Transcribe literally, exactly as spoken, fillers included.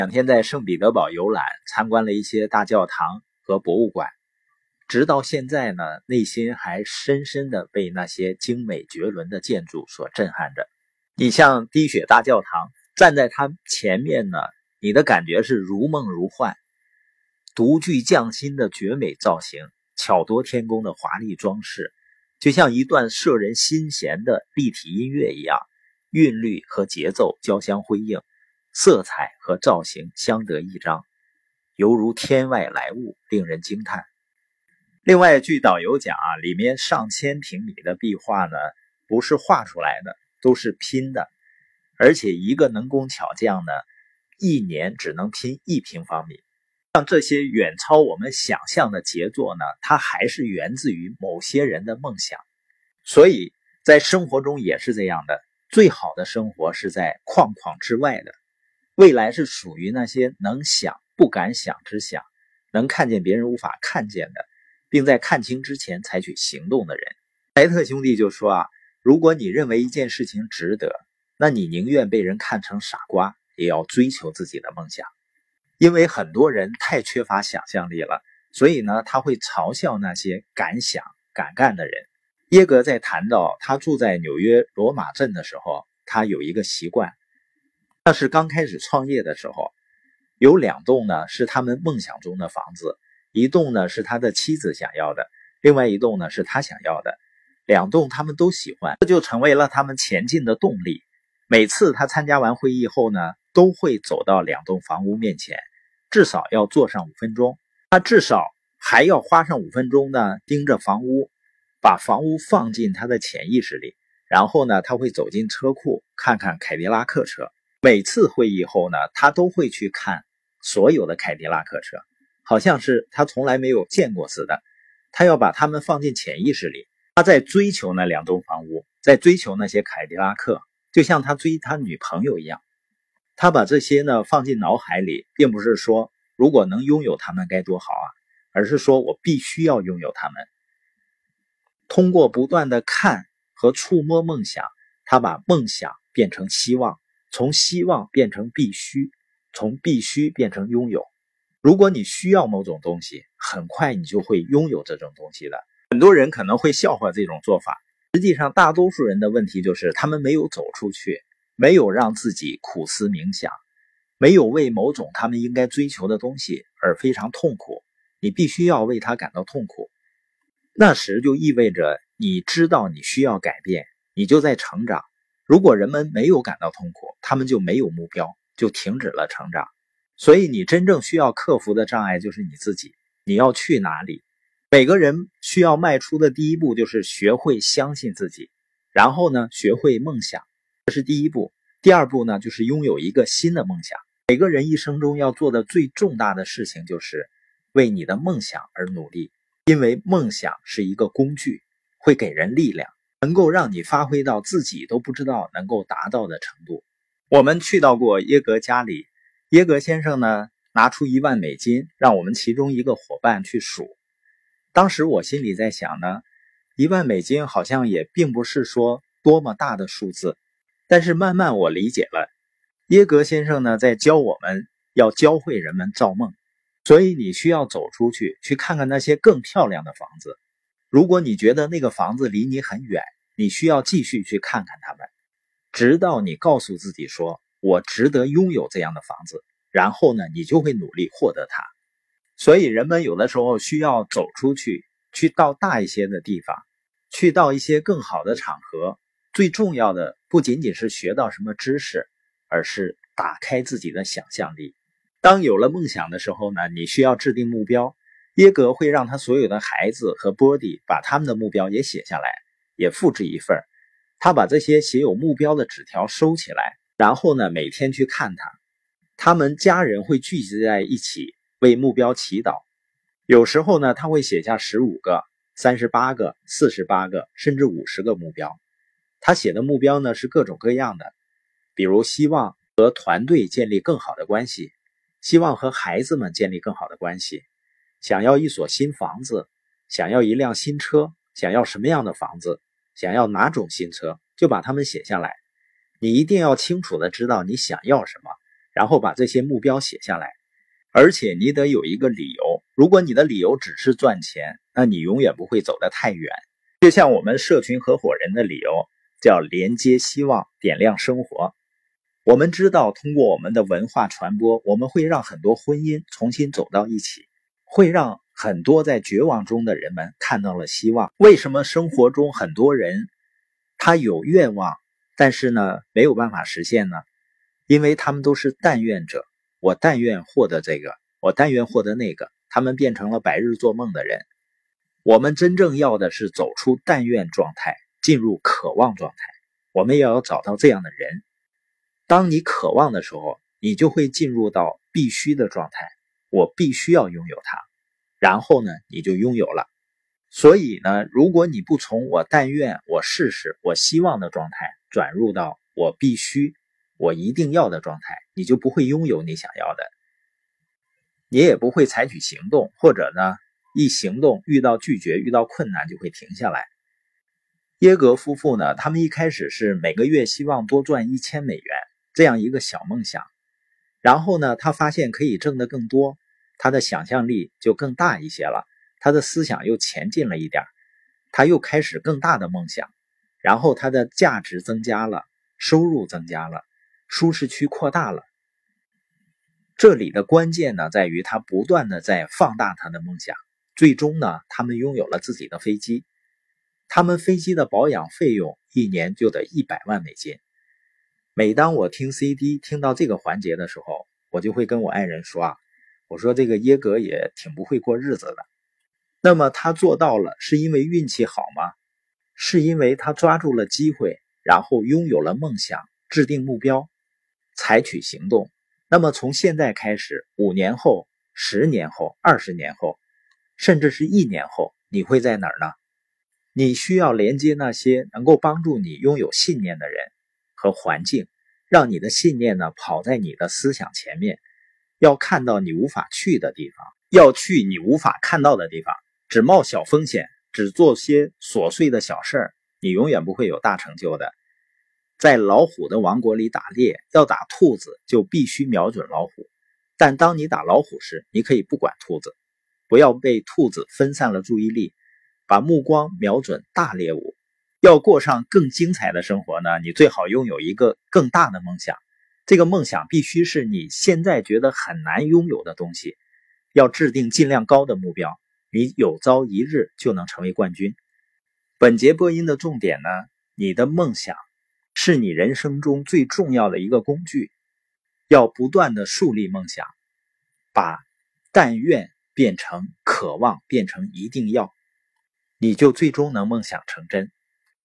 两天在圣彼得堡游览，参观了一些大教堂和博物馆，直到现在呢，内心还深深的被那些精美绝伦的建筑所震撼着。你像滴血大教堂，站在它前面呢，你的感觉是如梦如幻，独具匠心的绝美造型，巧夺天工的华丽装饰，就像一段摄人心弦的立体音乐一样，韵律和节奏交相辉映，色彩和造型相得益彰，犹如天外来物，令人惊叹。另外，据导游讲啊，里面上千平米的壁画呢，不是画出来的，都是拼的，而且一个能工巧匠呢，一年只能拼一平方米。像这些远超我们想象的杰作呢，它还是源自于某些人的梦想。所以在生活中也是这样的，最好的生活是在框框之外的，未来是属于那些能想不敢想之想，能看见别人无法看见的，并在看清之前采取行动的人。莱特兄弟就说啊，如果你认为一件事情值得，那你宁愿被人看成傻瓜，也要追求自己的梦想。因为很多人太缺乏想象力了，所以呢，他会嘲笑那些敢想敢干的人。耶格在谈到他住在纽约罗马镇的时候，他有一个习惯，那是刚开始创业的时候，有两栋呢是他们梦想中的房子，一栋呢是他的妻子想要的，另外一栋呢是他想要的，两栋他们都喜欢，这就成为了他们前进的动力。每次他参加完会议后呢，都会走到两栋房屋面前，至少要坐上五分钟，他至少还要花上五分钟呢，盯着房屋，把房屋放进他的潜意识里，然后呢，他会走进车库看看凯迪拉克车。每次会议后呢，他都会去看所有的凯迪拉克车，好像是他从来没有见过似的。他要把它们放进潜意识里，他在追求那两栋房屋，在追求那些凯迪拉克，就像他追他女朋友一样。他把这些呢放进脑海里，并不是说如果能拥有它们该多好啊，而是说我必须要拥有它们。通过不断的看和触摸梦想，他把梦想变成希望，从希望变成必须，从必须变成拥有。如果你需要某种东西，很快你就会拥有这种东西的。很多人可能会笑话这种做法，实际上大多数人的问题就是他们没有走出去，没有让自己苦思冥想，没有为某种他们应该追求的东西而非常痛苦。你必须要为他感到痛苦，那时就意味着你知道你需要改变，你就在成长。如果人们没有感到痛苦，他们就没有目标，就停止了成长。所以你真正需要克服的障碍就是你自己，你要去哪里？每个人需要迈出的第一步就是学会相信自己，然后呢，学会梦想，这是第一步。第二步呢，就是拥有一个新的梦想。每个人一生中要做的最重大的事情就是为你的梦想而努力，因为梦想是一个工具，会给人力量，能够让你发挥到自己都不知道能够达到的程度。我们去到过耶格家里，耶格先生呢拿出一万美金，让我们其中一个伙伴去数。当时我心里在想呢，一万美金好像也并不是说多么大的数字，但是慢慢我理解了，耶格先生呢在教我们要教会人们造梦，所以你需要走出去，去看看那些更漂亮的房子。如果你觉得那个房子离你很远，你需要继续去看看它们，直到你告诉自己说我值得拥有这样的房子，然后呢，你就会努力获得它。所以人们有的时候需要走出去，去到大一些的地方，去到一些更好的场合。最重要的不仅仅是学到什么知识，而是打开自己的想象力。当有了梦想的时候呢，你需要制定目标。耶格会让他所有的孩子和波迪把他们的目标也写下来，也复制一份。他把这些写有目标的纸条收起来，然后呢，每天去看它。他们家人会聚集在一起为目标祈祷。有时候呢，他会写下十五个、三十八个、四十八个，甚至五十个目标。他写的目标呢是各种各样的，比如希望和团队建立更好的关系，希望和孩子们建立更好的关系，想要一所新房子，想要一辆新车，想要什么样的房子，想要哪种新车，就把它们写下来。你一定要清楚的知道你想要什么， 然后把这些目标写下来。而且你得有一个理由，如果你的理由只是赚钱，那你永远不会走得太远。就像我们社群合伙人的理由叫连接希望，点亮生活。我们知道通过我们的文化传播，我们会让很多婚姻重新走到一起，会让很多在绝望中的人们看到了希望。为什么生活中很多人他有愿望，但是呢没有办法实现呢？因为他们都是但愿者，我但愿获得这个，我但愿获得那个，他们变成了白日做梦的人。我们真正要的是走出但愿状态，进入渴望状态。我们也要找到这样的人。当你渴望的时候，你就会进入到必须的状态，我必须要拥有它，然后呢你就拥有了。所以呢，如果你不从我但愿，我试试，我希望的状态转入到我必须，我一定要的状态，你就不会拥有你想要的，你也不会采取行动，或者呢一行动遇到拒绝，遇到困难就会停下来。耶格夫妇呢，他们一开始是每个月希望多赚一千美元，这样一个小梦想。然后呢，他发现可以挣得更多，他的想象力就更大一些了，他的思想又前进了一点，他又开始更大的梦想，然后他的价值增加了，收入增加了，舒适区扩大了。这里的关键呢，在于他不断的在放大他的梦想。最终呢，他们拥有了自己的飞机，他们飞机的保养费用一年就得一百万美金。每当我听 C D 听到这个环节的时候，我就会跟我爱人说啊，我说这个耶格也挺不会过日子的。那么他做到了，是因为运气好吗？是因为他抓住了机会，然后拥有了梦想，制定目标，采取行动。那么从现在开始，五年后、十年后、二十年后，甚至是一年后，你会在哪儿呢？你需要连接那些能够帮助你拥有信念的人和环境，让你的信念呢跑在你的思想前面，要看到你无法去的地方，要去你无法看到的地方。只冒小风险，只做些琐碎的小事儿，你永远不会有大成就的。在老虎的王国里打猎，要打兔子就必须瞄准老虎，但当你打老虎时，你可以不管兔子，不要被兔子分散了注意力，把目光瞄准大猎物。要过上更精彩的生活呢，你最好拥有一个更大的梦想。这个梦想必须是你现在觉得很难拥有的东西，要制定尽量高的目标，你有朝一日就能成为冠军。本节播音的重点呢，你的梦想是你人生中最重要的一个工具，要不断的树立梦想，把但愿变成渴望，变成一定要，你就最终能梦想成真。